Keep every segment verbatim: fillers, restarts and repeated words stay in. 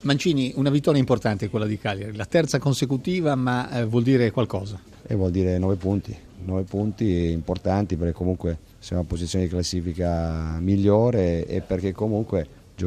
Mancini, una vittoria importante quella di Cagliari, la terza consecutiva, ma eh, vuol dire qualcosa. E vuol dire nove punti, nove punti importanti perché comunque siamo in una posizione di classifica migliore e perché comunque i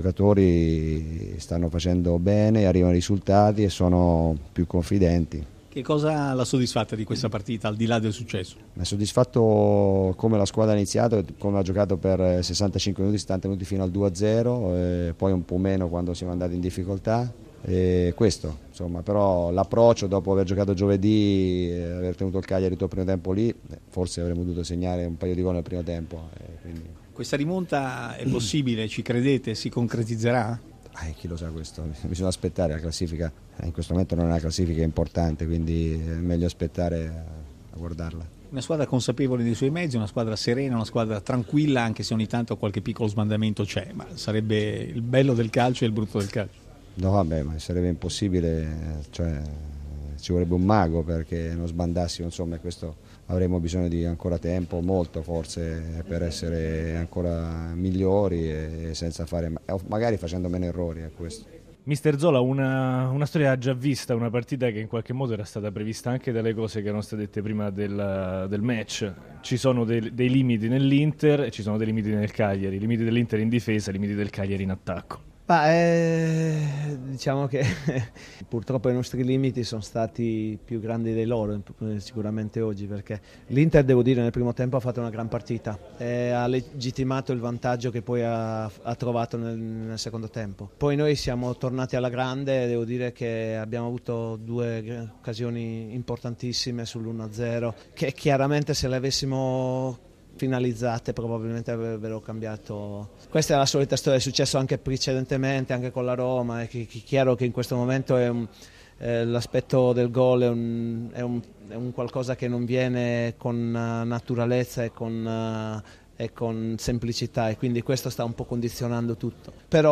giocatori stanno facendo bene, arrivano i risultati e sono più confidenti. Che cosa l'ha soddisfatta di questa partita, al di là del successo? Mi ha soddisfatto come la squadra ha iniziato, come ha giocato per sessantacinque minuti, settanta minuti fino al due a zero, e poi un po' meno quando siamo andati in difficoltà. E questo, insomma, però l'approccio dopo aver giocato giovedì, aver tenuto il Cagliari tutto il primo tempo lì, forse avremmo dovuto segnare un paio di gol nel primo tempo. Quindi... Questa rimonta è possibile, ci credete, si concretizzerà? Eh, chi lo sa questo, bisogna aspettare, la classifica in questo momento non è una classifica importante, quindi è meglio aspettare a guardarla. Una squadra consapevole dei suoi mezzi, una squadra serena, una squadra tranquilla, anche se ogni tanto qualche piccolo sbandamento c'è, ma sarebbe il bello del calcio e il brutto del calcio. No vabbè, ma sarebbe impossibile, cioè, ci vorrebbe un mago perché non sbandassimo, insomma, questo avremo bisogno di ancora tempo, molto forse, per essere ancora migliori e senza fare, magari facendo meno errori, è questo. Mister Zola, una, una storia già vista, una partita che in qualche modo era stata prevista anche dalle cose che erano state dette prima del, del match. Ci sono dei, dei limiti nell'Inter e ci sono dei limiti nel Cagliari, i limiti dell'Inter in difesa, i limiti del Cagliari in attacco. Ma, eh, diciamo che purtroppo i nostri limiti sono stati più grandi dei loro sicuramente oggi, perché l'Inter, devo dire, nel primo tempo ha fatto una gran partita e ha legittimato il vantaggio che poi ha, ha trovato nel, nel secondo tempo. Poi noi siamo tornati alla grande e devo dire che abbiamo avuto due occasioni importantissime sull'uno a zero che chiaramente, se le avessimo finalizzate, probabilmente avrebbero cambiato. Questa è la solita storia, è successo anche precedentemente, anche con la Roma. È chiaro che in questo momento è un, eh, l'aspetto del gol è un, è, un, è un qualcosa che non viene con naturalezza e con, uh, e con semplicità, e quindi questo sta un po' condizionando tutto.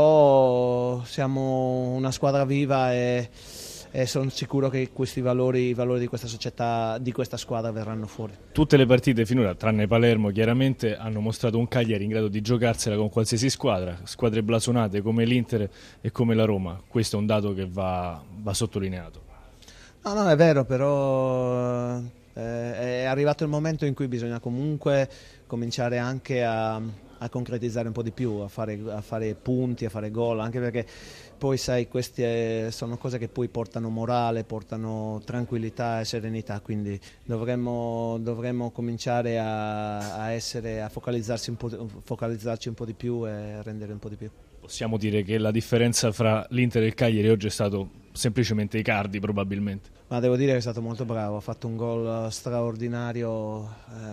Però siamo una squadra viva e e sono sicuro che questi valori, i valori di questa società, di questa squadra verranno fuori. Tutte le partite finora, tranne Palermo chiaramente, hanno mostrato un Cagliari in grado di giocarsela con qualsiasi squadra, squadre blasonate come l'Inter e come la Roma. Questo è un dato che va, va sottolineato. No, no, è vero, però eh, è arrivato il momento in cui bisogna comunque cominciare anche a, a concretizzare un po' di più, a fare, a fare punti, a fare gol, anche perché poi sai, queste sono cose che poi portano morale, portano tranquillità e serenità, quindi dovremmo, dovremmo cominciare a, a, essere, a focalizzarsi un po', focalizzarci un po' di più e rendere un po' di più. Possiamo dire che la differenza fra l'Inter e il Cagliari oggi è stato semplicemente Icardi, probabilmente. Ma devo dire che è stato molto bravo, ha fatto un gol straordinario,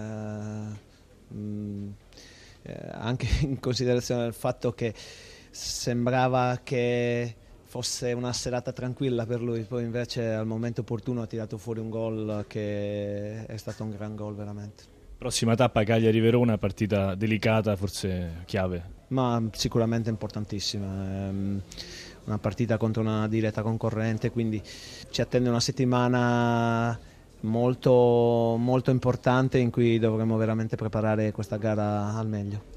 eh, mh, eh, anche in considerazione del fatto che sembrava che fosse una serata tranquilla per lui, poi invece al momento opportuno ha tirato fuori un gol che è stato un gran gol veramente. Prossima tappa Cagliari-Verona, partita delicata, forse chiave. Ma sicuramente importantissima, una partita contro una diretta concorrente, quindi ci attende una settimana molto, molto importante in cui dovremo veramente preparare questa gara al meglio.